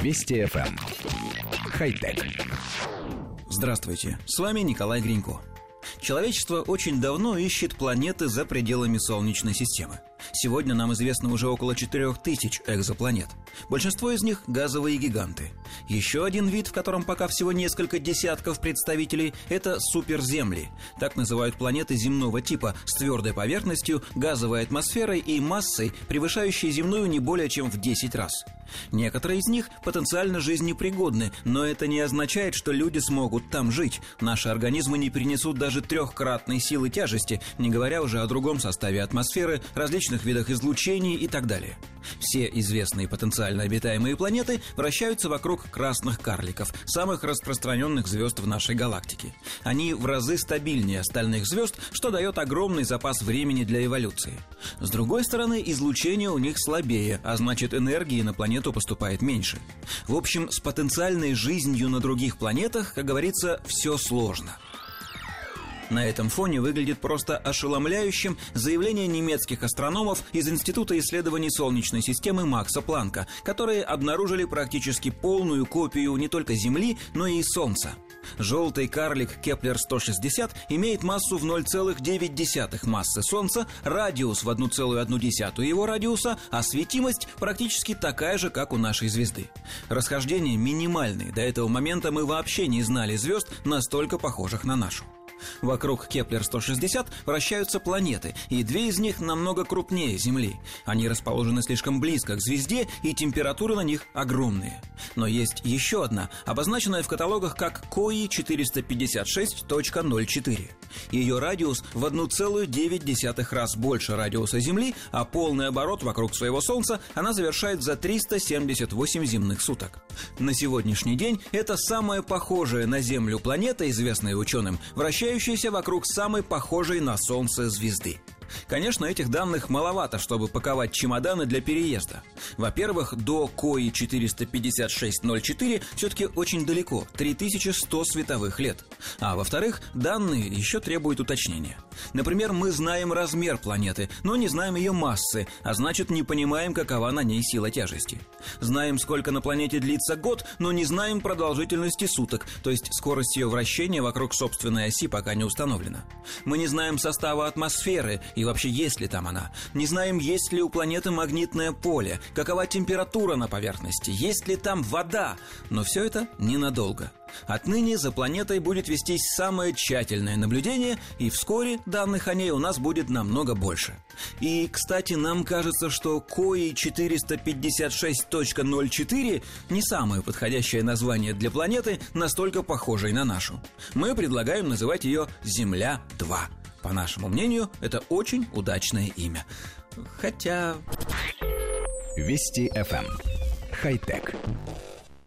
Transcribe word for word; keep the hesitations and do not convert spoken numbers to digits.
Вести эф эм. Хай-тек. Здравствуйте, с вами Николай Гринько. Человечество очень давно ищет планеты за пределами Солнечной системы. Сегодня нам известно уже около четырех тысяч экзопланет. Большинство из них – газовые гиганты. Еще один вид, в котором пока всего несколько десятков представителей – это суперземли. Так называют планеты земного типа с твердой поверхностью, газовой атмосферой и массой, превышающей земную не более чем в десять раз. Некоторые из них потенциально жизнепригодны, но это не означает, что люди смогут там жить. Наши организмы не перенесут даже трехкратной силы тяжести, не говоря уже о другом составе атмосферы, различных видах излучений и так далее. Все известные потенциально обитаемые планеты вращаются вокруг красных карликов, самых распространенных звезд в нашей галактике. Они в разы стабильнее остальных звезд, что дает огромный запас времени для эволюции. С другой стороны, излучение у них слабее, а значит, энергии на планету поступает меньше. В общем, с потенциальной жизнью на других планетах, как говорится, все сложно. На этом фоне выглядит просто ошеломляющим заявление немецких астрономов из Института исследований Солнечной системы Макса Планка, которые обнаружили практически полную копию не только Земли, но и Солнца. Желтый карлик Кеплер сто шестьдесят имеет массу в ноль целых девять десятых массы Солнца, радиус в одну целую одну десятую его радиуса, а светимость практически такая же, как у нашей звезды. Расхождения минимальные. До этого момента мы вообще не знали звезд, настолько похожих на нашу. Вокруг Кеплер сто шестьдесят вращаются планеты, и две из них намного крупнее Земли. Они расположены слишком близко к звезде, и температуры на них огромные. Но есть еще одна, обозначенная в каталогах как КОИ четыреста пятьдесят шесть точка ноль четыре. Ее радиус в одну целую девять десятых раз больше радиуса Земли, а полный оборот вокруг своего Солнца она завершает за триста семьдесят восемь земных суток. На сегодняшний день это самая похожая на Землю планета, известная ученым, вращающаяся вокруг самой похожей на Солнце звезды. Конечно, этих данных маловато, чтобы паковать чемоданы для переезда. Во-первых, до КОИ четыреста пятьдесят шесть точка ноль четыре все-таки очень далеко, три тысячи сто световых лет. А во-вторых, данные еще требуют уточнения. Например, мы знаем размер планеты, но не знаем ее массы, а значит, не понимаем, какова на ней сила тяжести. Знаем, сколько на планете длится год, но не знаем продолжительности суток, то есть скорость ее вращения вокруг собственной оси пока не установлена. Мы не знаем состава атмосферы и вообще есть ли там она. Не знаем, есть ли у планеты магнитное поле, какова температура на поверхности, есть ли там вода. Но все это ненадолго. Отныне за планетой будет вестись самое тщательное наблюдение, и вскоре данных о ней у нас будет намного больше. И, кстати, нам кажется, что КОИ четыреста пятьдесят шесть точка ноль четыре не самое подходящее название для планеты, настолько похожей на нашу. Мы предлагаем называть ее Земля два. По нашему мнению, это очень удачное имя. Хотя... Вести эф эм. Хай-тек.